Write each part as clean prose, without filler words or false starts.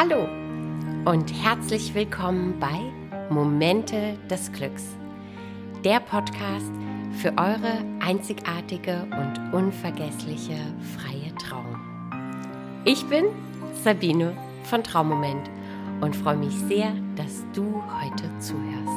Hallo und herzlich willkommen bei Momente des Glücks, der Podcast für eure einzigartige und unvergessliche freie Trauung. Ich bin Sabine von Traummoment und freue mich sehr, dass du heute zuhörst.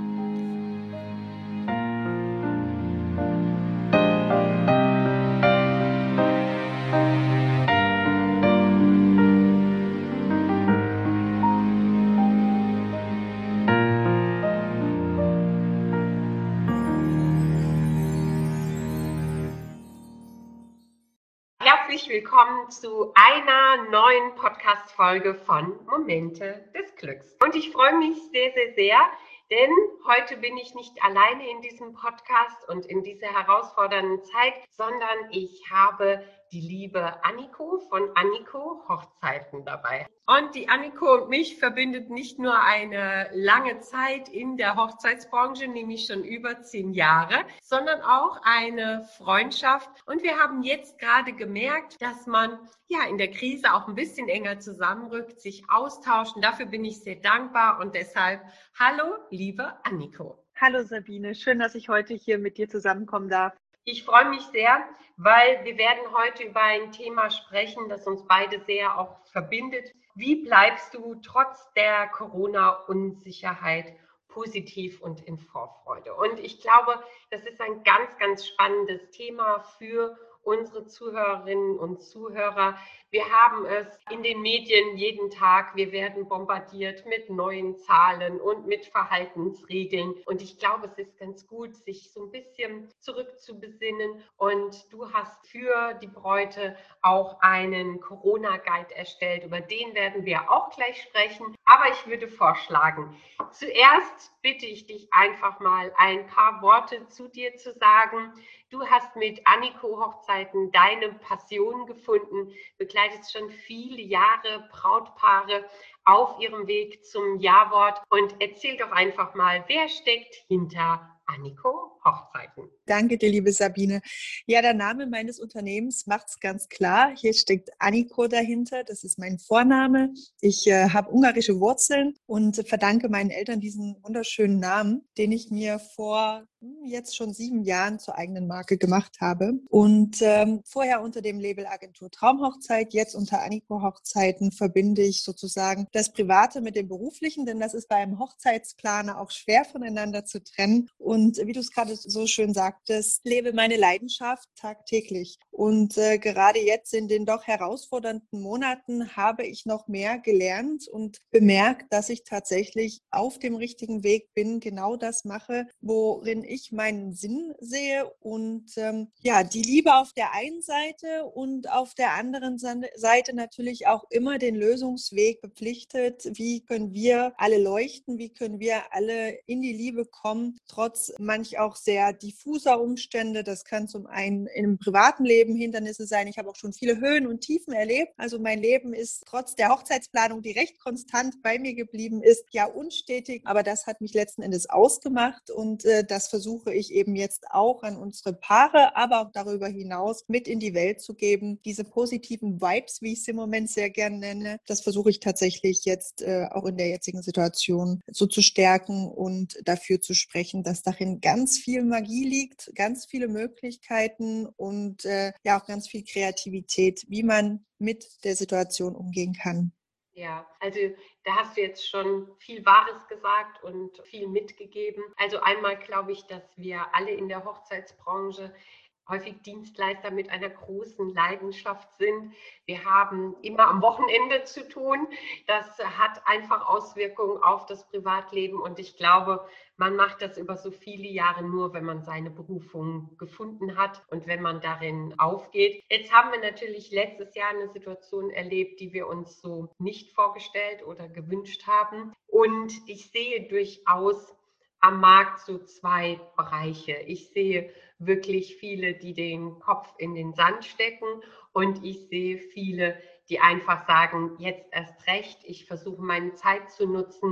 Herzlich willkommen zu einer neuen Podcast-Folge von Momente des Glücks. Und ich freue mich sehr, sehr, sehr, denn heute bin ich nicht alleine in diesem Podcast und in dieser herausfordernden Zeit, sondern ich habe die liebe Anniko von Anniko Hochzeiten dabei. Und die Anniko und mich verbindet nicht nur eine lange Zeit in der Hochzeitsbranche, nämlich schon über 10 Jahre, sondern auch eine Freundschaft. Und wir haben jetzt gerade gemerkt, dass man in der Krise auch ein bisschen enger zusammenrückt, sich austauschen. Dafür bin ich sehr dankbar und deshalb hallo, liebe Anniko. Hallo Sabine, schön, dass ich heute hier mit dir zusammenkommen darf. Ich freue mich sehr, weil wir werden heute über ein Thema sprechen, das uns beide sehr auch verbindet. Wie bleibst du trotz der Corona-Unsicherheit positiv und in Vorfreude? Und ich glaube, das ist ein ganz, ganz spannendes Thema für unsere Zuhörerinnen und Zuhörer. Wir haben es in den Medien jeden Tag. Wir werden bombardiert mit neuen Zahlen und mit Verhaltensregeln. Und ich glaube, es ist ganz gut, sich so ein bisschen zurückzubesinnen. Und du hast für die Bräute auch einen Corona-Guide erstellt. Über den werden wir auch gleich sprechen. Aber ich würde vorschlagen, zuerst bitte ich dich einfach mal ein paar Worte zu dir zu sagen. Du hast mit Anniko Hochzeiten deine Passion gefunden, begleitest schon viele Jahre Brautpaare auf ihrem Weg zum Ja-Wort und erzähl doch einfach mal, wer steckt hinter Anniko Hochzeiten? Danke dir, liebe Sabine. Ja, der Name meines Unternehmens macht es ganz klar. Hier steckt Anniko dahinter. Das ist mein Vorname. Ich habe ungarische Wurzeln und verdanke meinen Eltern diesen wunderschönen Namen, den ich mir vor jetzt schon 7 Jahren zur eigenen Marke gemacht habe. Und vorher unter dem Label Agentur Traumhochzeit, jetzt unter Anniko Hochzeiten verbinde ich sozusagen das Private mit dem Beruflichen, denn das ist bei einem Hochzeitsplaner auch schwer voneinander zu trennen. Und wie du es gerade so schön sagtest, lebe meine Leidenschaft tagtäglich. Und gerade jetzt in den doch herausfordernden Monaten habe ich noch mehr gelernt und bemerkt, dass ich tatsächlich auf dem richtigen Weg bin, genau das mache, worin ich meinen Sinn sehe. Und die Liebe auf der einen Seite und auf der anderen Seite natürlich auch immer den Lösungsweg bepflichtet. Wie können wir alle leuchten? Wie können wir alle in die Liebe kommen, trotz manch auch sehr diffuser Umstände? Das kann zum einen im privaten Leben Hindernisse sein. Ich habe auch schon viele Höhen und Tiefen erlebt. Also mein Leben ist trotz der Hochzeitsplanung, die recht konstant bei mir geblieben ist, ja unstetig. Aber das hat mich letzten Endes ausgemacht und das versuche ich eben jetzt auch an unsere Paare, aber auch darüber hinaus mit in die Welt zu geben. Diese positiven Vibes, wie ich sie im Moment sehr gerne nenne, das versuche ich tatsächlich jetzt auch in der jetzigen Situation so zu stärken und dafür zu sprechen, dass darin ganz viel Magie liegt, ganz viele Möglichkeiten und auch ganz viel Kreativität, wie man mit der Situation umgehen kann. Ja, also da hast du jetzt schon viel Wahres gesagt und viel mitgegeben. Also einmal glaube ich, dass wir alle in der Hochzeitsbranche häufig Dienstleister mit einer großen Leidenschaft sind. Wir haben immer am Wochenende zu tun. Das hat einfach Auswirkungen auf das Privatleben und ich glaube, man macht das über so viele Jahre nur, wenn man seine Berufung gefunden hat und wenn man darin aufgeht. Jetzt haben wir natürlich letztes Jahr eine Situation erlebt, die wir uns so nicht vorgestellt oder gewünscht haben. Und ich sehe durchaus am Markt so 2 Bereiche. Ich sehe wirklich viele, die den Kopf in den Sand stecken und ich sehe viele, die einfach sagen, jetzt erst recht, ich versuche meine Zeit zu nutzen,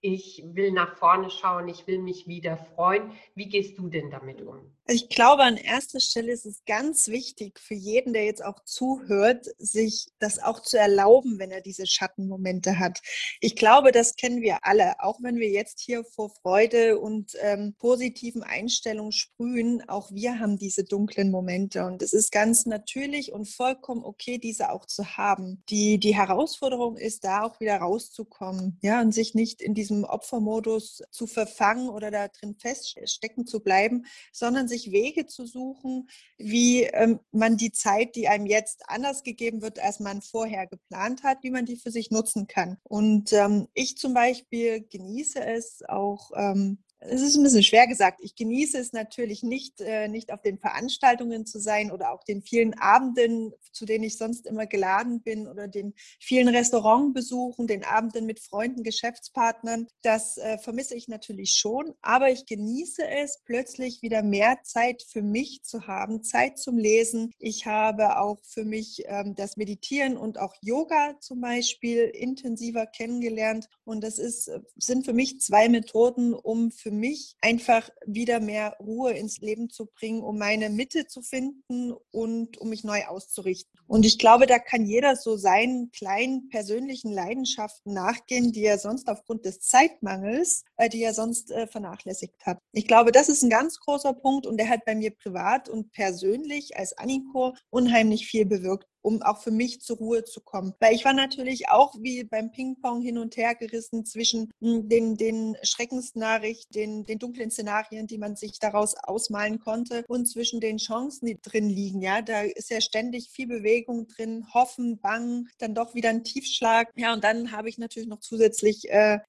ich will nach vorne schauen, ich will mich wieder freuen. Wie gehst du denn damit um? Also ich glaube, an erster Stelle ist es ganz wichtig für jeden, der jetzt auch zuhört, sich das auch zu erlauben, wenn er diese Schattenmomente hat. Ich glaube, das kennen wir alle, auch wenn wir jetzt hier vor Freude und positiven Einstellungen sprühen, auch wir haben diese dunklen Momente und es ist ganz natürlich und vollkommen okay, diese auch zu haben. Die Herausforderung ist, da auch wieder rauszukommen, ja, und sich nicht in diesem Opfermodus zu verfangen oder da drin feststecken zu bleiben, sondern sich Wege zu suchen, wie man die Zeit, die einem jetzt anders gegeben wird, als man vorher geplant hat, wie man die für sich nutzen kann. Und ich zum Beispiel genieße es auch, es ist ein bisschen schwer gesagt. Ich genieße es natürlich nicht auf den Veranstaltungen zu sein oder auch den vielen Abenden, zu denen ich sonst immer geladen bin oder den vielen Restaurantbesuchen, den Abenden mit Freunden, Geschäftspartnern. Das vermisse ich natürlich schon, aber ich genieße es, plötzlich wieder mehr Zeit für mich zu haben, Zeit zum Lesen. Ich habe auch für mich das Meditieren und auch Yoga zum Beispiel intensiver kennengelernt. Und sind für mich zwei Methoden, um für mich einfach wieder mehr Ruhe ins Leben zu bringen, um meine Mitte zu finden und um mich neu auszurichten. Und ich glaube, da kann jeder so seinen kleinen persönlichen Leidenschaften nachgehen, die er sonst aufgrund des Zeitmangels, die er sonst vernachlässigt hat. Ich glaube, das ist ein ganz großer Punkt und der hat bei mir privat und persönlich als Aniko unheimlich viel bewirkt, um auch für mich zur Ruhe zu kommen. Weil ich war natürlich auch wie beim Ping-Pong hin und her gerissen zwischen den Schreckensnachrichten, den dunklen Szenarien, die man sich daraus ausmalen konnte und zwischen den Chancen, die drin liegen. Ja, da ist ja ständig viel Bewegung drin, Hoffen, Bangen, dann doch wieder ein Tiefschlag. Ja, und dann habe ich natürlich noch zusätzlich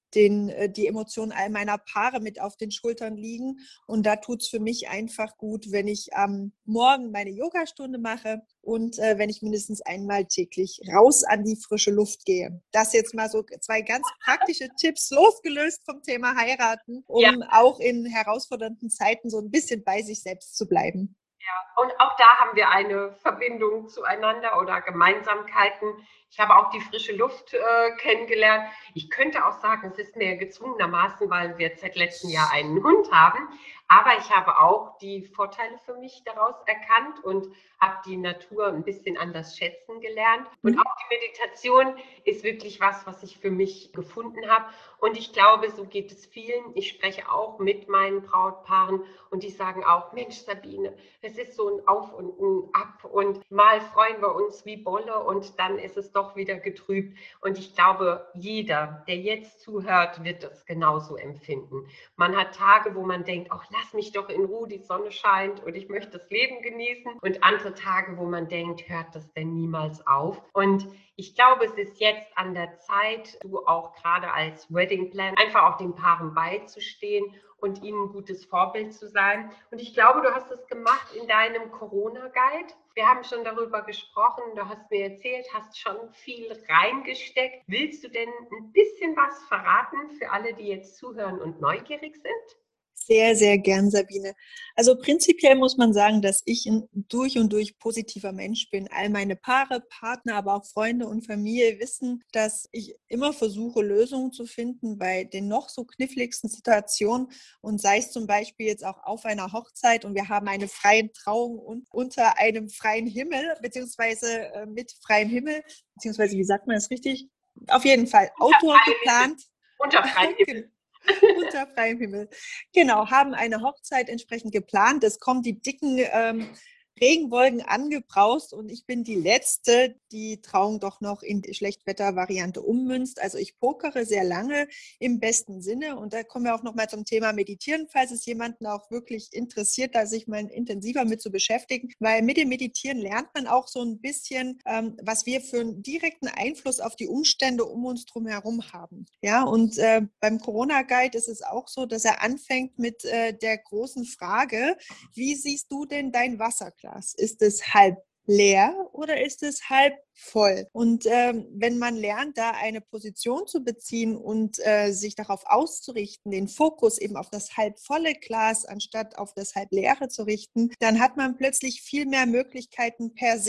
die Emotionen all meiner Paare mit auf den Schultern liegen. Und da tut es für mich einfach gut, wenn ich am Morgen meine Yogastunde mache und wenn ich mindestens einmal täglich raus an die frische Luft gehe. Das jetzt mal so zwei ganz praktische Tipps, losgelöst vom Thema Heiraten, Ja, um auch in herausfordernden Zeiten so ein bisschen bei sich selbst zu bleiben. und auch da haben wir eine Verbindung zueinander oder Gemeinsamkeiten. Ich habe auch die frische Luft kennengelernt. Ich könnte auch sagen, es ist mir gezwungenermaßen, weil wir seit letztem Jahr einen Hund haben. Aber ich habe auch die Vorteile für mich daraus erkannt und habe die Natur ein bisschen anders schätzen gelernt. Und auch die Meditation ist wirklich was ich für mich gefunden habe. Und ich glaube, so geht es vielen. Ich spreche auch mit meinen Brautpaaren und die sagen auch, Mensch, Sabine, es ist so ein Auf und ein Ab und mal freuen wir uns wie Bolle und dann ist es doch wieder getrübt. Und ich glaube, jeder, der jetzt zuhört, wird das genauso empfinden. Man hat Tage, wo man denkt, ach, lass mich doch in Ruhe, die Sonne scheint und ich möchte das Leben genießen. Und andere Tage, wo man denkt, hört das denn niemals auf? Und ich glaube, es ist jetzt an der Zeit, du auch gerade als Wedding Planner einfach auch den Paaren beizustehen und ihnen ein gutes Vorbild zu sein. Und ich glaube, du hast es gemacht in deinem Corona-Guide. Wir haben schon darüber gesprochen, du hast mir erzählt, hast schon viel reingesteckt. Willst du denn ein bisschen was verraten für alle, die jetzt zuhören und neugierig sind? Sehr, sehr gern, Sabine. Also prinzipiell muss man sagen, dass ich ein durch und durch positiver Mensch bin. All meine Paare, Partner, aber auch Freunde und Familie wissen, dass ich immer versuche, Lösungen zu finden bei den noch so kniffligsten Situationen. Und sei es zum Beispiel jetzt auch auf einer Hochzeit und wir haben eine freie Trauung unter einem freien Himmel, beziehungsweise mit freiem Himmel, beziehungsweise wie sagt man das richtig? Auf jeden Fall Outdoor geplant. Unter freiem Himmel. Unter freiem Himmel. Genau, haben eine Hochzeit entsprechend geplant. Es kommen die dicken Regenwolken angebraust und ich bin die Letzte, die Trauung doch noch in die Schlechtwetter-Variante ummünzt. Also ich pokere sehr lange im besten Sinne und da kommen wir auch noch mal zum Thema Meditieren, falls es jemanden auch wirklich interessiert, da sich mal intensiver mit zu beschäftigen, weil mit dem Meditieren lernt man auch so ein bisschen, was wir für einen direkten Einfluss auf die Umstände um uns drum herum haben. Ja, und beim Corona-Guide ist es auch so, dass er anfängt mit der großen Frage, wie siehst du denn dein Wasserglas? Ist es halb leer oder ist es halb voll? Und wenn man lernt, da eine Position zu beziehen und sich darauf auszurichten, den Fokus eben auf das halb volle Glas anstatt auf das halb leere zu richten, dann hat man plötzlich viel mehr Möglichkeiten per se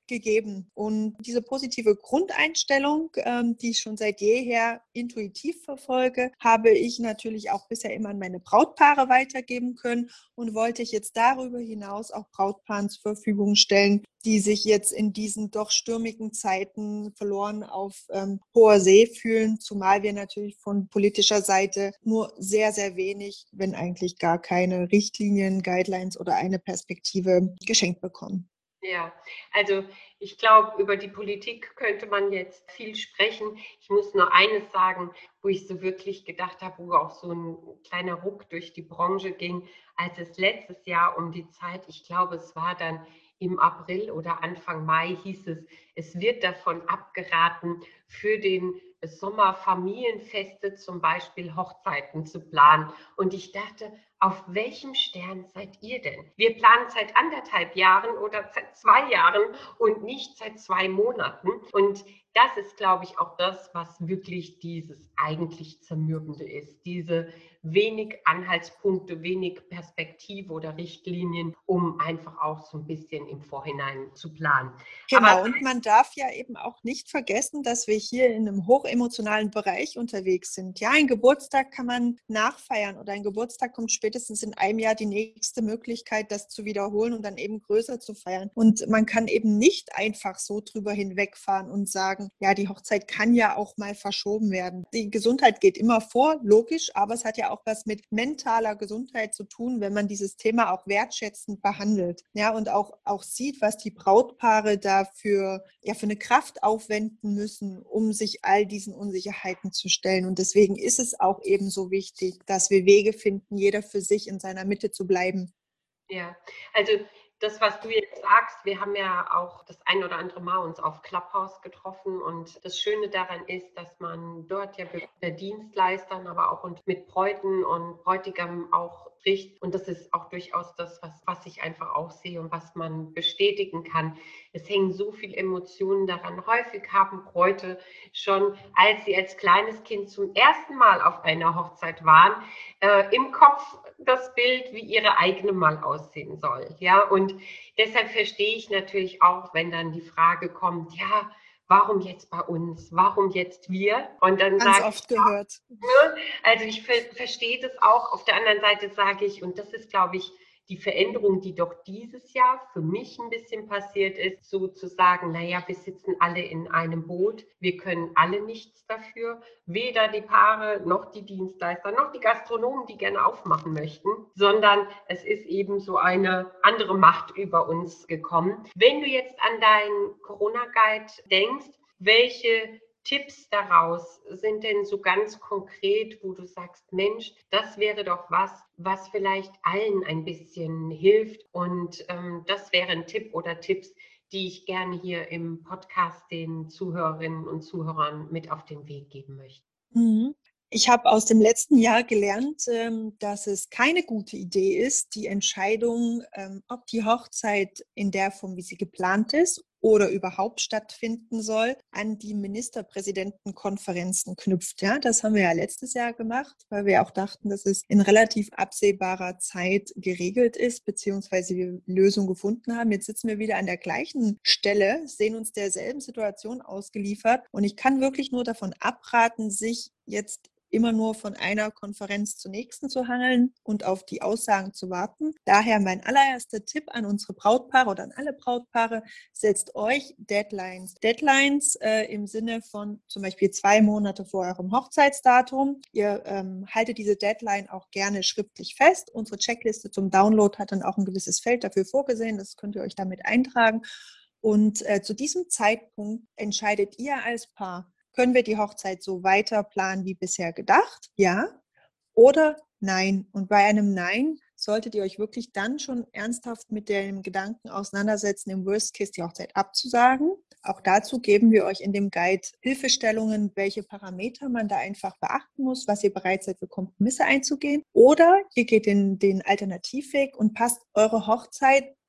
gegeben. Und diese positive Grundeinstellung, die ich schon seit jeher intuitiv verfolge, habe ich natürlich auch bisher immer an meine Brautpaare weitergeben können und wollte ich jetzt darüber hinaus auch Brautpaaren zur Verfügung stellen, die sich jetzt in diesen doch stürmigen Zeiten verloren auf hoher See fühlen, zumal wir natürlich von politischer Seite nur sehr, sehr wenig, wenn eigentlich gar keine Richtlinien, Guidelines oder eine Perspektive geschenkt bekommen. Ja, also ich glaube, über die Politik könnte man jetzt viel sprechen. Ich muss nur eines sagen, wo ich so wirklich gedacht habe, wo auch so ein kleiner Ruck durch die Branche ging, als es letztes Jahr um die Zeit, ich glaube, es war dann im April oder Anfang Mai, hieß es wird davon abgeraten, für den Sommer Familienfeste zum Beispiel Hochzeiten zu planen. Und ich dachte, auf welchem Stern seid ihr denn? Wir planen seit 1,5 Jahren oder seit 2 Jahren und nicht seit 2 Monaten. Und das ist, glaube ich, auch das, was wirklich dieses eigentlich Zermürbende ist. Diese wenig Anhaltspunkte, wenig Perspektive oder Richtlinien, um einfach auch so ein bisschen im Vorhinein zu planen. Genau, und man darf ja eben auch nicht vergessen, dass wir hier in einem hochemotionalen Bereich unterwegs sind. Ja, ein Geburtstag kann man nachfeiern oder ein Geburtstag kommt spätestens in einem Jahr die nächste Möglichkeit, das zu wiederholen und dann eben größer zu feiern. Und man kann eben nicht einfach so drüber hinwegfahren und sagen, ja, die Hochzeit kann ja auch mal verschoben werden. Die Gesundheit geht immer vor, logisch, aber es hat ja auch was mit mentaler Gesundheit zu tun, wenn man dieses Thema auch wertschätzend behandelt. Ja, und auch sieht, was die Brautpaare da für eine Kraft aufwenden müssen, um sich all diesen Unsicherheiten zu stellen. Und deswegen ist es auch eben so wichtig, dass wir Wege finden, jeder für sich in seiner Mitte zu bleiben. Ja, also das, was du jetzt sagst, wir haben ja auch das ein oder andere Mal uns auf Clubhouse getroffen und das Schöne daran ist, dass man dort ja mit Dienstleistern, aber auch mit Bräuten und Bräutigam auch spricht und das ist auch durchaus das, was ich einfach auch sehe und was man bestätigen kann. Es hängen so viele Emotionen daran. Häufig haben Bräute schon, als sie als kleines Kind zum ersten Mal auf einer Hochzeit waren, im Kopf das Bild, wie ihre eigene mal aussehen soll. Ja, und deshalb verstehe ich natürlich auch, wenn dann die Frage kommt, ja, warum jetzt bei uns? Warum jetzt wir? Und dann Ganz sage oft gehört. also ich verstehe das auch. Auf der anderen Seite sage ich, und das ist, glaube ich, die Veränderung, die doch dieses Jahr für mich ein bisschen passiert ist, sozusagen, naja, wir sitzen alle in einem Boot, wir können alle nichts dafür, weder die Paare noch die Dienstleister noch die Gastronomen, die gerne aufmachen möchten, sondern es ist eben so eine andere Macht über uns gekommen. Wenn du jetzt an deinen Corona-Guide denkst, welche Tipps daraus sind denn so ganz konkret, wo du sagst, Mensch, das wäre doch was vielleicht allen ein bisschen hilft und das wäre ein Tipp oder Tipps, die ich gerne hier im Podcast den Zuhörerinnen und Zuhörern mit auf den Weg geben möchte. Ich habe aus dem letzten Jahr gelernt, dass es keine gute Idee ist, die Entscheidung, ob die Hochzeit in der Form, wie sie geplant ist oder überhaupt stattfinden soll, an die Ministerpräsidentenkonferenzen knüpft. Ja, das haben wir ja letztes Jahr gemacht, weil wir auch dachten, dass es in relativ absehbarer Zeit geregelt ist, beziehungsweise wir Lösungen gefunden haben. Jetzt sitzen wir wieder an der gleichen Stelle, sehen uns derselben Situation ausgeliefert und ich kann wirklich nur davon abraten, sich jetzt immer nur von einer Konferenz zur nächsten zu hangeln und auf die Aussagen zu warten. Daher mein allererster Tipp an unsere Brautpaare oder an alle Brautpaare, setzt euch Deadlines. Deadlines im Sinne von zum Beispiel 2 Monate vor eurem Hochzeitsdatum. Ihr haltet diese Deadline auch gerne schriftlich fest. Unsere Checkliste zum Download hat dann auch ein gewisses Feld dafür vorgesehen. Das könnt ihr euch damit eintragen. Und zu diesem Zeitpunkt entscheidet ihr als Paar, können wir die Hochzeit so weiter planen wie bisher gedacht? Ja oder nein? Und bei einem Nein solltet ihr euch wirklich dann schon ernsthaft mit dem Gedanken auseinandersetzen, im Worst Case die Hochzeit abzusagen. Auch dazu geben wir euch in dem Guide Hilfestellungen, welche Parameter man da einfach beachten muss, was ihr bereit seid, für Kompromisse einzugehen. Oder ihr geht den Alternativweg und passt eure Hochzeit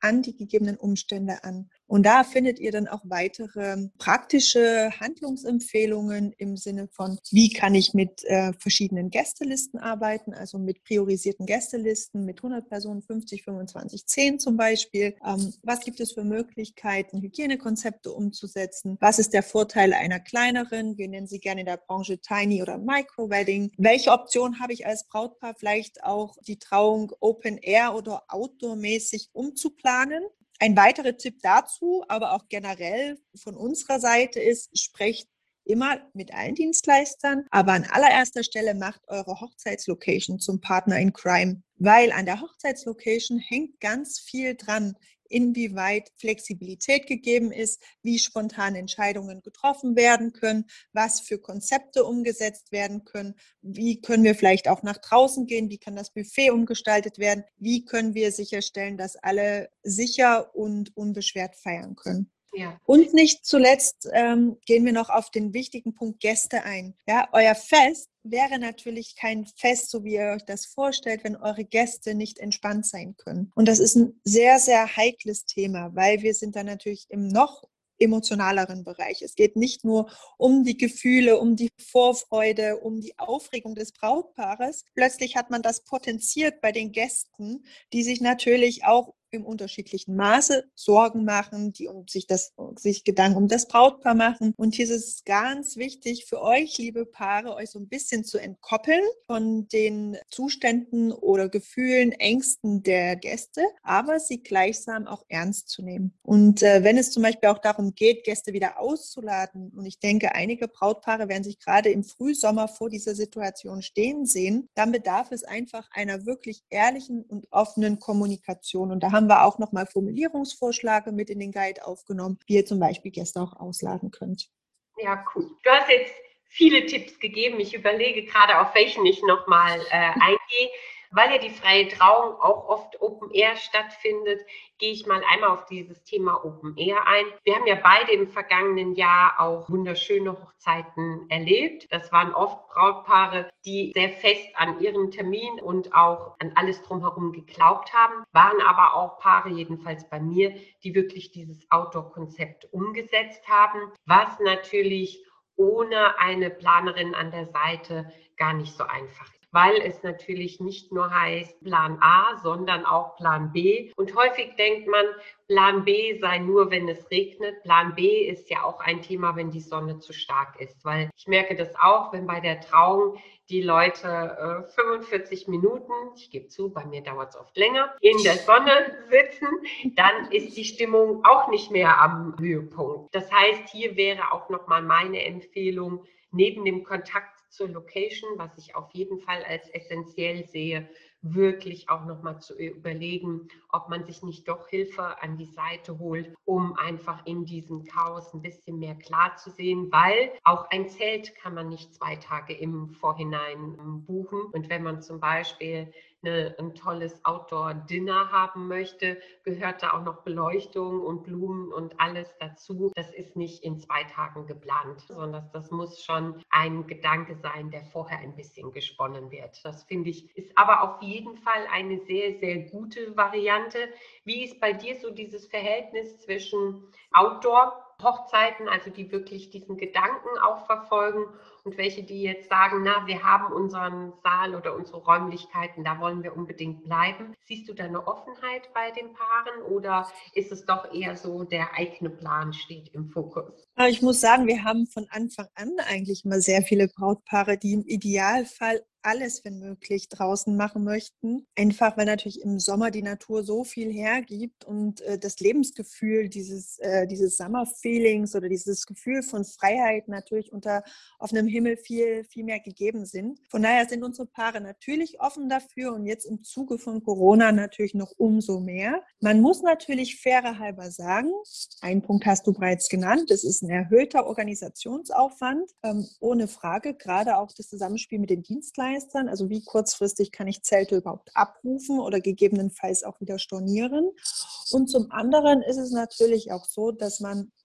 an die gegebenen Umstände an. Und da findet ihr dann auch weitere praktische Handlungsempfehlungen im Sinne von, wie kann ich mit verschiedenen Gästelisten arbeiten, also mit priorisierten Gästelisten, mit 100 Personen, 50, 25, 10 zum Beispiel. Was gibt es für Möglichkeiten, Hygienekonzepte umzusetzen? Was ist der Vorteil einer kleineren? Wir nennen sie gerne in der Branche Tiny oder Micro-Wedding. Welche Option habe ich als Brautpaar, vielleicht auch die Trauung Open Air oder Outdoor-mäßig umzuplanen? Ein weiterer Tipp dazu, aber auch generell von unserer Seite ist, sprecht immer mit allen Dienstleistern, aber an allererster Stelle macht eure Hochzeitslocation zum Partner in Crime, weil an der Hochzeitslocation hängt ganz viel dran, inwieweit Flexibilität gegeben ist, wie spontan Entscheidungen getroffen werden können, was für Konzepte umgesetzt werden können, wie können wir vielleicht auch nach draußen gehen, wie kann das Buffet umgestaltet werden, wie können wir sicherstellen, dass alle sicher und unbeschwert feiern können. Ja. Und nicht zuletzt gehen wir noch auf den wichtigen Punkt Gäste ein. Ja, euer Fest wäre natürlich kein Fest, so wie ihr euch das vorstellt, wenn eure Gäste nicht entspannt sein können. Und das ist ein sehr, sehr heikles Thema, weil wir sind dann natürlich im noch emotionaleren Bereich. Es geht nicht nur um die Gefühle, um die Vorfreude, um die Aufregung des Brautpaares. Plötzlich hat man das potenziert bei den Gästen, die sich natürlich auch im unterschiedlichen Maße Sorgen machen, die sich Gedanken um das Brautpaar machen. Und hier ist es ganz wichtig für euch, liebe Paare, euch so ein bisschen zu entkoppeln von den Zuständen oder Gefühlen, Ängsten der Gäste, aber sie gleichsam auch ernst zu nehmen. Und wenn es zum Beispiel auch darum geht, Gäste wieder auszuladen, und ich denke, einige Brautpaare werden sich gerade im Frühsommer vor dieser Situation stehen sehen, dann bedarf es einfach einer wirklich ehrlichen und offenen Kommunikation. Und da haben wir auch nochmal Formulierungsvorschläge mit in den Guide aufgenommen, wie ihr zum Beispiel Gäste auch ausladen könnt. Ja, cool. Du hast jetzt viele Tipps gegeben. Ich überlege gerade, auf welchen ich nochmal eingehe. Weil ja die freie Trauung auch oft Open Air stattfindet, gehe ich mal einmal auf dieses Thema Open Air ein. Wir haben ja beide im vergangenen Jahr auch wunderschöne Hochzeiten erlebt. Das waren oft Brautpaare, die sehr fest an ihren Termin und auch an alles drumherum geglaubt haben, waren aber auch Paare, jedenfalls bei mir, die wirklich dieses Outdoor-Konzept umgesetzt haben, was natürlich ohne eine Planerin an der Seite gar nicht so einfach ist, weil es natürlich nicht nur heißt Plan A, sondern auch Plan B. Und häufig denkt man, Plan B sei nur, wenn es regnet. Plan B ist ja auch ein Thema, wenn die Sonne zu stark ist, weil ich merke das auch, wenn bei der Trauung die Leute 45 Minuten, ich gebe zu, bei mir dauert es oft länger, in der Sonne sitzen, dann ist die Stimmung auch nicht mehr am Höhepunkt. Das heißt, hier wäre auch nochmal meine Empfehlung, neben dem Kontakt zur Location, was ich auf jeden Fall als essentiell sehe, wirklich auch nochmal zu überlegen, ob man sich nicht doch Hilfe an die Seite holt, um einfach in diesem Chaos ein bisschen mehr klar zu sehen, weil auch ein Zelt kann man nicht 2 Tage im Vorhinein buchen. Und wenn man zum Beispiel ein tolles Outdoor-Dinner haben möchte, gehört da auch noch Beleuchtung und Blumen und alles dazu. Das ist nicht in 2 Tagen geplant, sondern das muss schon ein Gedanke sein, der vorher ein bisschen gesponnen wird. Das finde ich, ist aber auf jeden Fall eine sehr, sehr gute Variante. Wie ist bei dir so dieses Verhältnis zwischen Outdoor-Hochzeiten, also die wirklich diesen Gedanken auch verfolgen, und welche, die jetzt sagen, na, wir haben unseren Saal oder unsere Räumlichkeiten, da wollen wir unbedingt bleiben. Siehst du da eine Offenheit bei den Paaren oder ist es doch eher so, der eigene Plan steht im Fokus? Ich muss sagen, wir haben von Anfang an eigentlich immer sehr viele Brautpaare, die im Idealfall alles, wenn möglich, draußen machen möchten. Einfach, weil natürlich im Sommer die Natur so viel hergibt und das Lebensgefühl dieses Summer-Feelings oder dieses Gefühl von Freiheit natürlich unter offenem Himmel viel, viel mehr gegeben sind. Von daher sind unsere Paare natürlich offen dafür und jetzt im Zuge von Corona natürlich noch umso mehr. Man muss natürlich fairer halber sagen, einen Punkt hast du bereits genannt, das ist ein erhöhter Organisationsaufwand, ohne Frage, gerade auch das Zusammenspiel mit den Dienstleistern. Also wie kurzfristig kann ich Zelte überhaupt abrufen oder gegebenenfalls auch wieder stornieren. Und zum anderen ist es natürlich auch so, dass man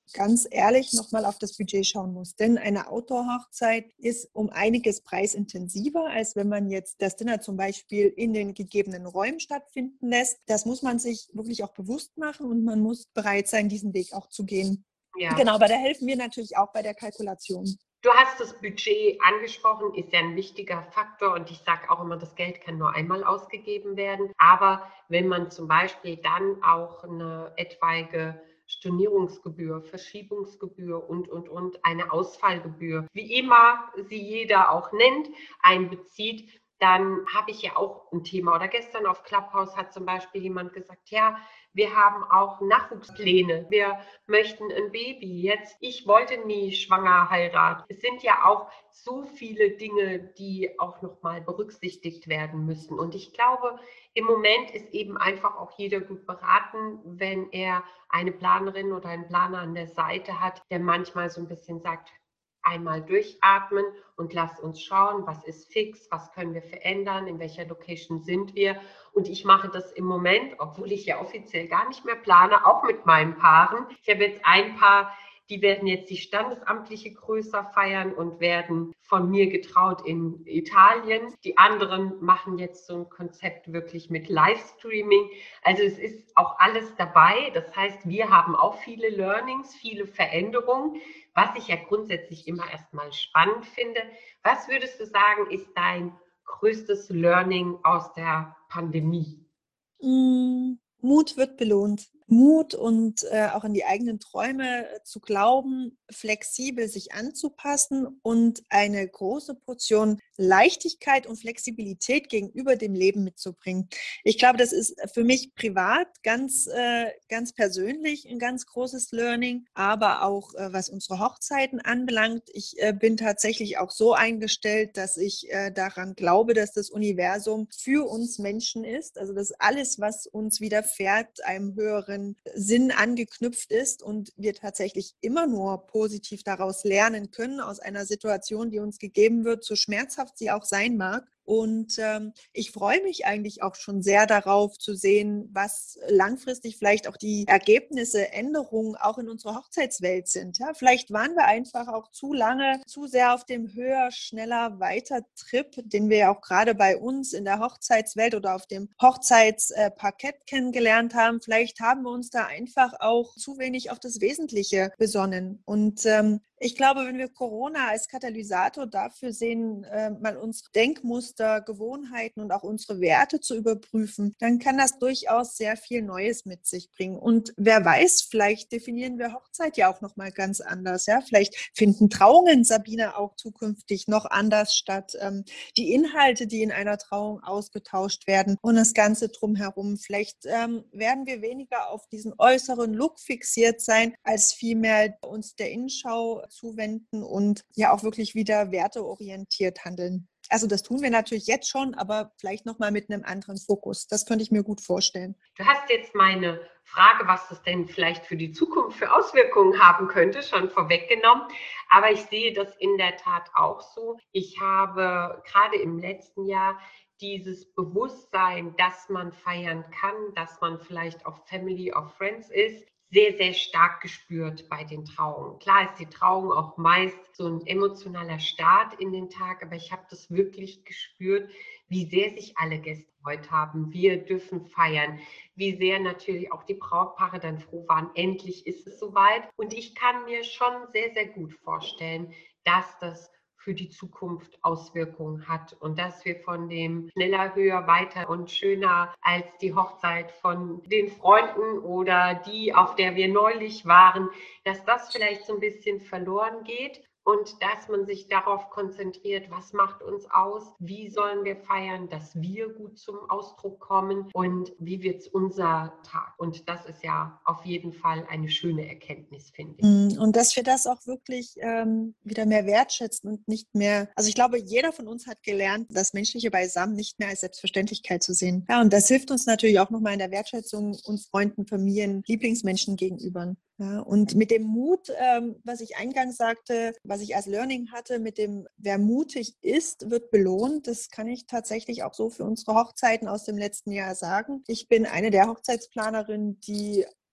ganz ehrlich nochmal auf das Budget schauen muss. Denn eine Outdoor-Hochzeit ist um einiges preisintensiver, als wenn man jetzt das Dinner zum Beispiel in den gegebenen Räumen stattfinden lässt. Das muss man sich wirklich auch bewusst machen und man muss bereit sein, diesen Weg auch zu gehen. Ja. Genau, aber da helfen wir natürlich auch bei der Kalkulation. Du hast das Budget angesprochen, ist ja ein wichtiger Faktor und ich sage auch immer, das Geld kann nur einmal ausgegeben werden. Aber wenn man zum Beispiel dann auch eine etwaige Stornierungsgebühr, Verschiebungsgebühr und eine Ausfallgebühr, wie immer sie jeder auch nennt, einbezieht, dann habe ich ja auch ein Thema. Oder gestern auf Clubhouse hat zum Beispiel jemand gesagt, ja, wir haben auch Nachwuchspläne. Wir möchten ein Baby. Jetzt, ich wollte nie schwanger heiraten. Es sind ja auch so viele Dinge, die auch nochmal berücksichtigt werden müssen. Und ich glaube, im Moment ist eben einfach auch jeder gut beraten, wenn er eine Planerin oder einen Planer an der Seite hat, der manchmal so ein bisschen sagt, einmal durchatmen und lass uns schauen, was ist fix, was können wir verändern, in welcher Location sind wir. Und ich mache das im Moment, obwohl ich ja offiziell gar nicht mehr plane, auch mit meinen Paaren. Ich habe jetzt ein Paar, die werden jetzt die standesamtliche größer feiern und werden von mir getraut in Italien. Die anderen machen jetzt so ein Konzept wirklich mit Livestreaming. Also es ist auch alles dabei. Das heißt, wir haben auch viele Learnings, viele Veränderungen, was ich ja grundsätzlich immer erstmal spannend finde. Was würdest du sagen, ist dein größtes Learning aus der Pandemie? Mut wird belohnt. Mut und auch an die eigenen Träume zu glauben, flexibel sich anzupassen und eine große Portion Leichtigkeit und Flexibilität gegenüber dem Leben mitzubringen. Ich glaube, das ist für mich privat ganz persönlich ein ganz großes Learning, aber auch was unsere Hochzeiten anbelangt. Ich bin tatsächlich auch so eingestellt, dass ich daran glaube, dass das Universum für uns Menschen ist. Also dass alles, was uns widerfährt, einem höheren Sinn angeknüpft ist und wir tatsächlich immer nur positiv daraus lernen können, aus einer Situation, die uns gegeben wird, so schmerzhaft sie auch sein mag. Und ich freue mich eigentlich auch schon sehr darauf zu sehen, was langfristig vielleicht auch die Ergebnisse, Änderungen auch in unserer Hochzeitswelt sind. Ja, vielleicht waren wir einfach auch zu lange, zu sehr auf dem höher, schneller, weiter Trip, den wir ja auch gerade bei uns in der Hochzeitswelt oder auf dem Hochzeitsparkett kennengelernt haben. Vielleicht haben wir uns da einfach auch zu wenig auf das Wesentliche besonnen. Und ich glaube, wenn wir Corona als Katalysator dafür sehen, mal unsere Denkmuster, Gewohnheiten und auch unsere Werte zu überprüfen, dann kann das durchaus sehr viel Neues mit sich bringen. Und wer weiß, vielleicht definieren wir Hochzeit ja auch nochmal ganz anders. Ja? Vielleicht finden Trauungen, Sabine, auch zukünftig noch anders statt. Die Inhalte, die in einer Trauung ausgetauscht werden und das Ganze drumherum. Vielleicht werden wir weniger auf diesen äußeren Look fixiert sein, als vielmehr uns der Innenschau zuwenden und ja auch wirklich wieder werteorientiert handeln. Also das tun wir natürlich jetzt schon, aber vielleicht nochmal mit einem anderen Fokus. Das könnte ich mir gut vorstellen. Du hast jetzt meine Frage, was das denn vielleicht für die Zukunft für Auswirkungen haben könnte, schon vorweggenommen. Aber ich sehe das in der Tat auch so. Ich habe gerade im letzten Jahr dieses Bewusstsein, dass man feiern kann, dass man vielleicht auch Family of Friends ist, sehr, sehr stark gespürt bei den Trauungen. Klar ist die Trauung auch meist so ein emotionaler Start in den Tag, aber ich habe das wirklich gespürt, wie sehr sich alle Gäste gefreut haben. Wir dürfen feiern. Wie sehr natürlich auch die Brautpaare dann froh waren, endlich ist es soweit. Und ich kann mir schon sehr, sehr gut vorstellen, dass das für die Zukunft Auswirkungen hat und dass wir von dem schneller, höher, weiter und schöner als die Hochzeit von den Freunden oder die, auf der wir neulich waren, dass das vielleicht so ein bisschen verloren geht und dass man sich darauf konzentriert, was macht uns aus, wie sollen wir feiern, dass wir gut zum Ausdruck kommen und wie wird unser Tag. Und das ist ja auf jeden Fall eine schöne Erkenntnis, finde ich. Und dass wir das auch wirklich wieder mehr wertschätzen und nicht mehr, also ich glaube, jeder von uns hat gelernt, das menschliche Beisammen nicht mehr als Selbstverständlichkeit zu sehen. Ja, und das hilft uns natürlich auch nochmal in der Wertschätzung uns Freunden, Familien, Lieblingsmenschen gegenüber. Ja, und mit dem Mut, was ich eingangs sagte, was ich als Learning hatte, mit dem, wer mutig ist, wird belohnt. Das kann ich tatsächlich auch so für unsere Hochzeiten aus dem letzten Jahr sagen. Ich bin eine der Hochzeitsplanerinnen, die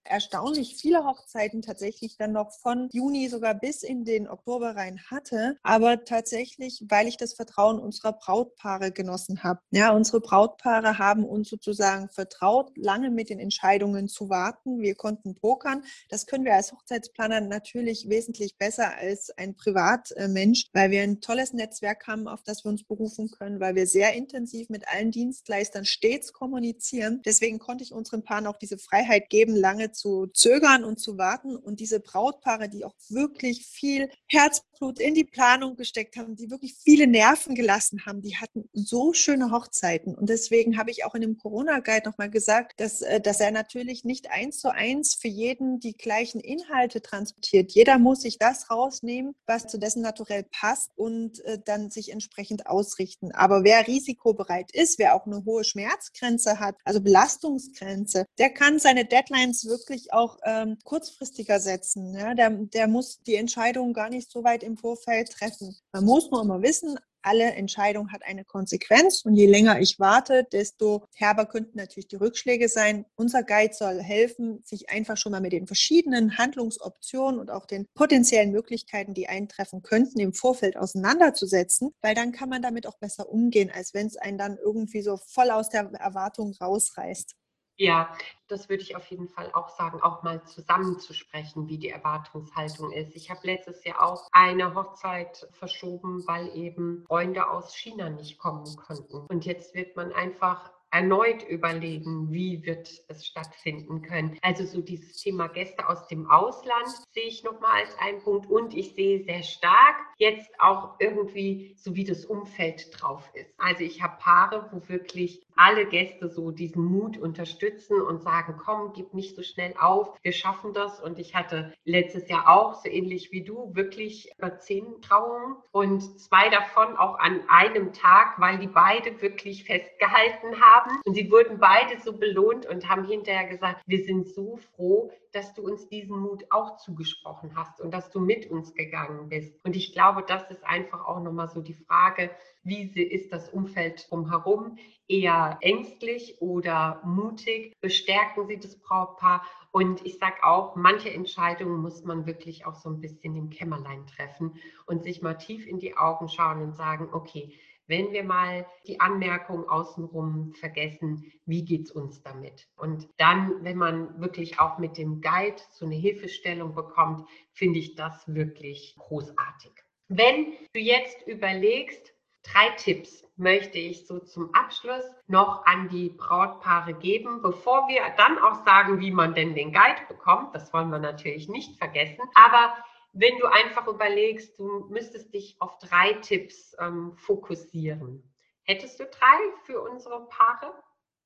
erstaunlich viele Hochzeiten tatsächlich dann noch von Juni sogar bis in den Oktober rein hatte, aber tatsächlich, weil ich das Vertrauen unserer Brautpaare genossen habe. Ja, unsere Brautpaare haben uns sozusagen vertraut, lange mit den Entscheidungen zu warten. Wir konnten pokern. Das können wir als Hochzeitsplaner natürlich wesentlich besser als ein Privatmensch, weil wir ein tolles Netzwerk haben, auf das wir uns berufen können, weil wir sehr intensiv mit allen Dienstleistern stets kommunizieren. Deswegen konnte ich unseren Paaren auch diese Freiheit geben, lange zu zögern und zu warten. Und diese Brautpaare, die auch wirklich viel Herzblut in die Planung gesteckt haben, die wirklich viele Nerven gelassen haben, die hatten so schöne Hochzeiten. Und deswegen habe ich auch in dem Corona-Guide nochmal gesagt, dass er natürlich nicht 1:1 für jeden die gleichen Inhalte transportiert. Jeder muss sich das rausnehmen, was zu dessen Naturell passt und dann sich entsprechend ausrichten. Aber wer risikobereit ist, wer auch eine hohe Schmerzgrenze hat, also Belastungsgrenze, der kann seine Deadlines wirklich auch kurzfristiger setzen. Ja? Der muss die Entscheidung gar nicht so weit im Vorfeld treffen. Man muss nur immer wissen, alle Entscheidung hat eine Konsequenz und je länger ich warte, desto herber könnten natürlich die Rückschläge sein. Unser Guide soll helfen, sich einfach schon mal mit den verschiedenen Handlungsoptionen und auch den potenziellen Möglichkeiten, die eintreffen könnten, im Vorfeld auseinanderzusetzen, weil dann kann man damit auch besser umgehen, als wenn es einen dann irgendwie so voll aus der Erwartung rausreißt. Ja, das würde ich auf jeden Fall auch sagen, auch mal zusammenzusprechen, wie die Erwartungshaltung ist. Ich habe letztes Jahr auch eine Hochzeit verschoben, weil eben Freunde aus China nicht kommen konnten. Und jetzt wird man einfach erneut überlegen, wie wird es stattfinden können. Also so dieses Thema Gäste aus dem Ausland sehe ich nochmal als einen Punkt und ich sehe sehr stark jetzt auch irgendwie, so wie das Umfeld drauf ist. Also ich habe Paare, wo wirklich alle Gäste so diesen Mut unterstützen und sagen, komm, gib nicht so schnell auf, wir schaffen das. Und ich hatte letztes Jahr auch, so ähnlich wie du, wirklich über 10 Trauungen und 2 davon auch an einem Tag, weil die beide wirklich festgehalten haben. Und sie wurden beide so belohnt und haben hinterher gesagt, wir sind so froh, dass du uns diesen Mut auch zugesprochen hast und dass du mit uns gegangen bist. Und ich glaube, das ist einfach auch nochmal so die Frage, wie ist das Umfeld drumherum? Eher ängstlich oder mutig? Bestärken sie das Brautpaar? Und ich sage auch, manche Entscheidungen muss man wirklich auch so ein bisschen im Kämmerlein treffen und sich mal tief in die Augen schauen und sagen, okay, wenn wir mal die Anmerkung außenrum vergessen, wie geht es uns damit? Und dann, wenn man wirklich auch mit dem Guide so eine Hilfestellung bekommt, finde ich das wirklich großartig. Wenn du jetzt überlegst, 3 Tipps möchte ich so zum Abschluss noch an die Brautpaare geben, bevor wir dann auch sagen, wie man denn den Guide bekommt. Das wollen wir natürlich nicht vergessen. Aber wenn du einfach überlegst, du müsstest dich auf 3 Tipps fokussieren. Hättest du 3 für unsere Paare?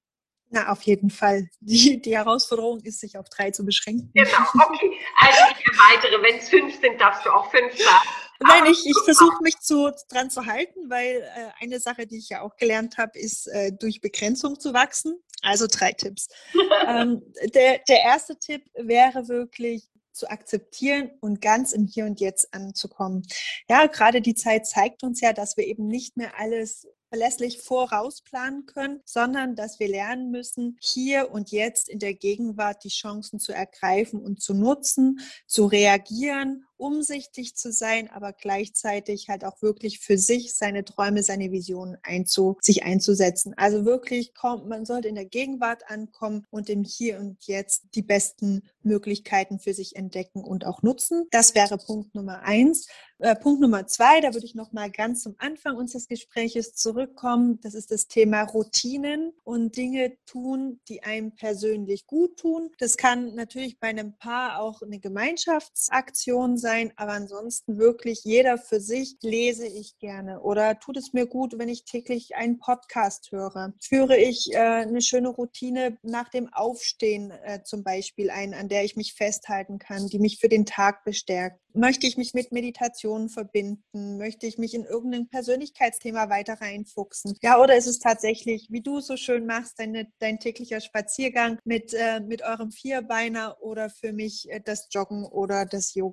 Na, auf jeden Fall. Die Herausforderung ist, sich auf 3 zu beschränken. Genau, okay. Also ich erweitere, wenn es 5 sind, darfst du auch 5 sagen. Nein, ich versuche mich dran zu halten, weil eine Sache, die ich ja auch gelernt habe, ist, durch Begrenzung zu wachsen. Also 3 Tipps. Der erste Tipp wäre wirklich zu akzeptieren und ganz im Hier und Jetzt anzukommen. Ja, gerade die Zeit zeigt uns ja, dass wir eben nicht mehr alles verlässlich vorausplanen können, sondern dass wir lernen müssen, hier und jetzt in der Gegenwart die Chancen zu ergreifen und zu nutzen, zu reagieren, umsichtig zu sein, aber gleichzeitig halt auch wirklich für sich seine Träume, seine Visionen sich einzusetzen. Also wirklich man sollte in der Gegenwart ankommen und im Hier und Jetzt die besten Möglichkeiten für sich entdecken und auch nutzen. Das wäre Punkt Nummer 1. Punkt Nummer 2, da würde ich noch mal ganz zum Anfang unseres Gespräches zurückkommen. Das ist das Thema Routinen und Dinge tun, die einem persönlich gut tun. Das kann natürlich bei einem Paar auch eine Gemeinschaftsaktion sein, aber ansonsten wirklich jeder für sich. Lese ich gerne oder tut es mir gut, wenn ich täglich einen Podcast höre? Führe ich eine schöne Routine nach dem Aufstehen zum Beispiel ein, an der ich mich festhalten kann, die mich für den Tag bestärkt? Möchte ich mich mit Meditation verbinden? Möchte ich mich in irgendein Persönlichkeitsthema weiter reinfuchsen? Ja, oder ist es tatsächlich, wie du so schön machst, dein täglicher Spaziergang mit eurem Vierbeiner oder für mich das Joggen oder das Yoga? Also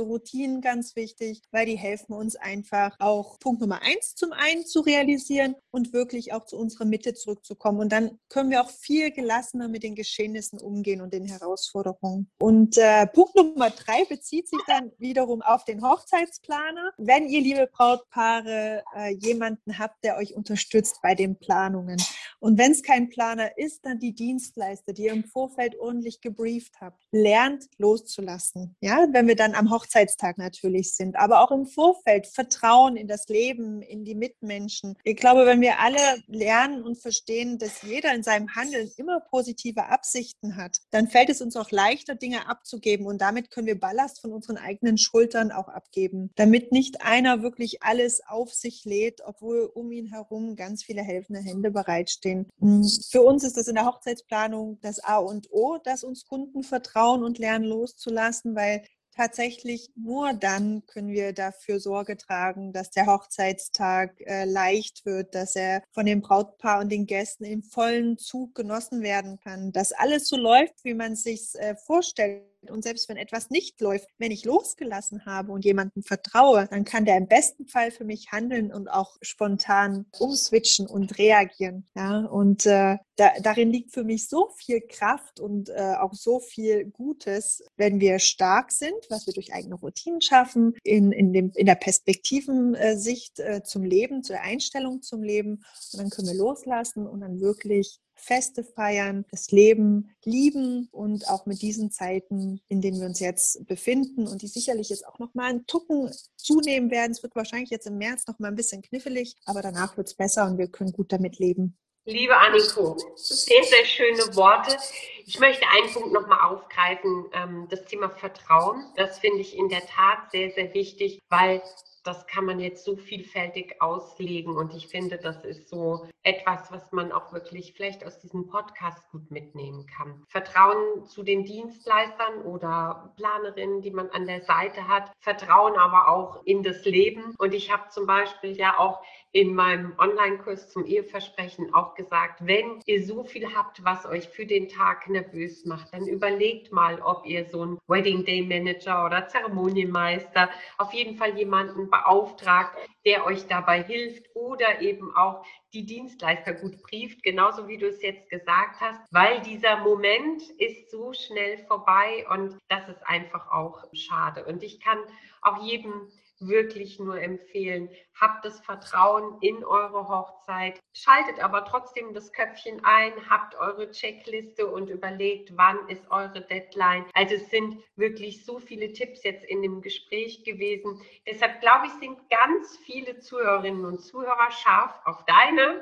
Also Routinen ganz wichtig, weil die helfen uns einfach auch Punkt Nummer 1 zum einen zu realisieren und wirklich auch zu unserer Mitte zurückzukommen. Und dann können wir auch viel gelassener mit den Geschehnissen umgehen und den Herausforderungen. Und Punkt Nummer 3 bezieht sich dann wiederum auf den Hochzeitsplaner. Wenn ihr, liebe Brautpaare, jemanden habt, der euch unterstützt bei den Planungen. Und wenn es kein Planer ist, dann die Dienstleister, die ihr im Vorfeld ordentlich gebrieft habt. Lernt loszulassen. Ja, wenn wir dann am Hochzeitstag natürlich sind, aber auch im Vorfeld Vertrauen in das Leben, in die Mitmenschen. Ich glaube, wenn wir alle lernen und verstehen, dass jeder in seinem Handeln immer positive Absichten hat, dann fällt es uns auch leichter, Dinge abzugeben und damit können wir Ballast von unseren eigenen Schultern auch abgeben, damit nicht einer wirklich alles auf sich lädt, obwohl um ihn herum ganz viele helfende Hände bereitstehen. Für uns ist das in der Hochzeitsplanung das A und O, dass uns Kunden vertrauen und lernen loszulassen, weil tatsächlich nur dann können wir dafür Sorge tragen, dass der Hochzeitstag leicht wird, dass er von dem Brautpaar und den Gästen in vollen Zug genossen werden kann, dass alles so läuft, wie man es sich vorstellt. Und selbst wenn etwas nicht läuft, wenn ich losgelassen habe und jemandem vertraue, dann kann der im besten Fall für mich handeln und auch spontan umswitchen und reagieren. Ja? Und darin liegt für mich so viel Kraft und auch so viel Gutes, wenn wir stark sind, was wir durch eigene Routinen schaffen, in der Perspektivensicht zum Leben, zur Einstellung zum Leben. Und dann können wir loslassen und dann wirklich Feste feiern, das Leben lieben und auch mit diesen Zeiten, in denen wir uns jetzt befinden und die sicherlich jetzt auch noch mal einen Tucken zunehmen werden. Es wird wahrscheinlich jetzt im März noch mal ein bisschen knifflig, aber danach wird es besser und wir können gut damit leben. Liebe Anniko, sehr, sehr schöne Worte. Ich möchte einen Punkt nochmal aufgreifen, das Thema Vertrauen. Das finde ich in der Tat sehr, sehr wichtig, weil das kann man jetzt so vielfältig auslegen und ich finde, das ist so etwas, was man auch wirklich vielleicht aus diesem Podcast gut mitnehmen kann. Vertrauen zu den Dienstleistern oder Planerinnen, die man an der Seite hat, Vertrauen aber auch in das Leben. Und ich habe zum Beispiel ja auch in meinem Online-Kurs zum Eheversprechen auch gesagt, wenn ihr so viel habt, was euch für den Tag nervös macht, dann überlegt mal, ob ihr so einen Wedding Day Manager oder Zeremonienmeister, auf jeden Fall jemanden beauftragt, der euch dabei hilft oder eben auch die Dienstleister gut brieft, genauso wie du es jetzt gesagt hast, weil dieser Moment ist so schnell vorbei und das ist einfach auch schade. Und ich kann auch jedem wirklich nur empfehlen, habt das Vertrauen in eure Hochzeit, schaltet aber trotzdem das Köpfchen ein, habt eure Checkliste und überlegt, wann ist eure Deadline. Also es sind wirklich so viele Tipps jetzt in dem Gespräch gewesen. Deshalb glaube ich, sind ganz viele Zuhörerinnen und Zuhörer scharf auf deine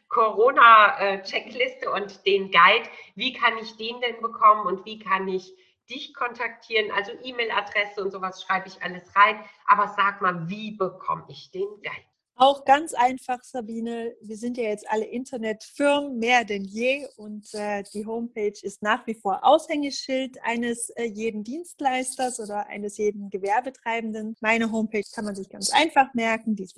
Corona-Checkliste und den Guide. Wie kann ich den denn bekommen und wie kann ich dich kontaktieren, also E-Mail-Adresse und sowas schreibe ich alles rein. Aber sag mal, wie bekomme ich den Guide? Auch ganz einfach, Sabine. Wir sind ja jetzt alle Internetfirmen, mehr denn je. Und die Homepage ist nach wie vor Aushängeschild eines jeden Dienstleisters oder eines jeden Gewerbetreibenden. Meine Homepage kann man sich ganz einfach merken. Die ist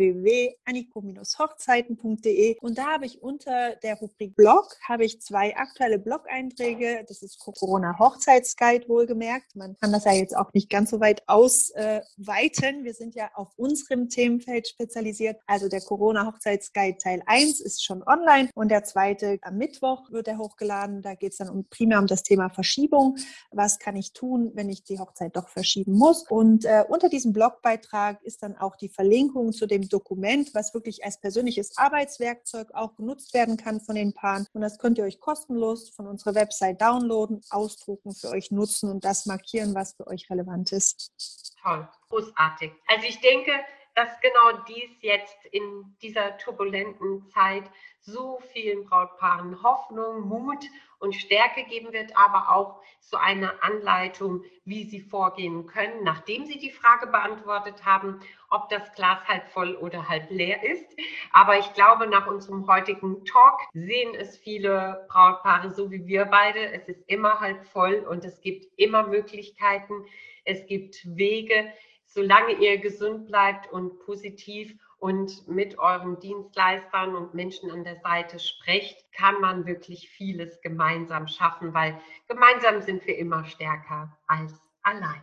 www.anniko-hochzeiten.de. Und da habe ich unter der Rubrik Blog habe ich 2 aktuelle Blog-Einträge. Das ist Corona-Hochzeitsguide wohlgemerkt. Man kann das ja jetzt auch nicht ganz so weit ausweiten. Wir sind ja auf unserem Themenfeld spezialisiert. Also der Corona-Hochzeitsguide Teil 1 ist schon online und der zweite am Mittwoch wird er hochgeladen. Da geht es dann primär um das Thema Verschiebung. Was kann ich tun, wenn ich die Hochzeit doch verschieben muss? Und unter diesem Blogbeitrag ist dann auch die Verlinkung zu dem Dokument, was wirklich als persönliches Arbeitswerkzeug auch genutzt werden kann von den Paaren. Und das könnt ihr euch kostenlos von unserer Website downloaden, ausdrucken, für euch nutzen und das markieren, was für euch relevant ist. Toll, großartig. Also ich denke, dass genau dies jetzt in dieser turbulenten Zeit so vielen Brautpaaren Hoffnung, Mut und Stärke geben wird, aber auch so eine Anleitung, wie sie vorgehen können, nachdem sie die Frage beantwortet haben, ob das Glas halb voll oder halb leer ist. Aber ich glaube, nach unserem heutigen Talk sehen es viele Brautpaare so wie wir beide. Es ist immer halb voll und es gibt immer Möglichkeiten. Es gibt Wege, solange ihr gesund bleibt und positiv und mit euren Dienstleistern und Menschen an der Seite sprecht, kann man wirklich vieles gemeinsam schaffen, weil gemeinsam sind wir immer stärker als allein.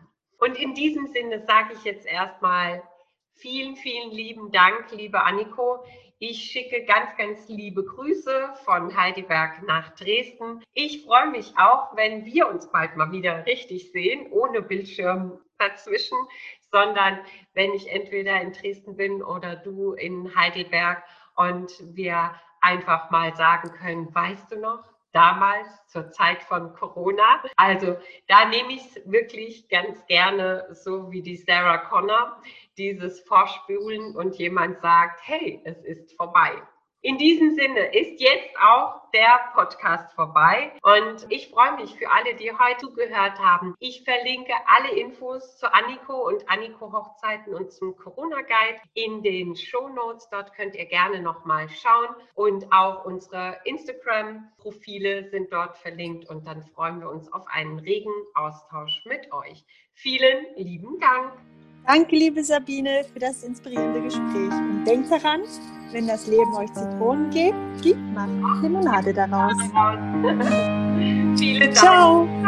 Und in diesem Sinne sage ich jetzt erstmal vielen, vielen lieben Dank, liebe Anniko. Ich schicke ganz, ganz liebe Grüße von Heidelberg nach Dresden. Ich freue mich auch, wenn wir uns bald mal wieder richtig sehen, ohne Bildschirm dazwischen, sondern wenn ich entweder in Dresden bin oder du in Heidelberg und wir einfach mal sagen können, weißt du noch, damals zur Zeit von Corona. Also da nehme ich es wirklich ganz gerne, so wie die Sarah Connor, dieses Vorspulen und jemand sagt, hey, es ist vorbei. In diesem Sinne ist jetzt auch der Podcast vorbei und ich freue mich für alle, die heute zugehört haben. Ich verlinke alle Infos zu Anniko und Anniko Hochzeiten und zum Corona-Guide in den Shownotes. Dort könnt ihr gerne nochmal schauen und auch unsere Instagram-Profile sind dort verlinkt und dann freuen wir uns auf einen regen Austausch mit euch. Vielen lieben Dank. Danke, liebe Sabine, für das inspirierende Gespräch. Und denkt daran, wenn das Leben euch Zitronen gibt, macht Limonade daraus. Vielen Dank. Ciao.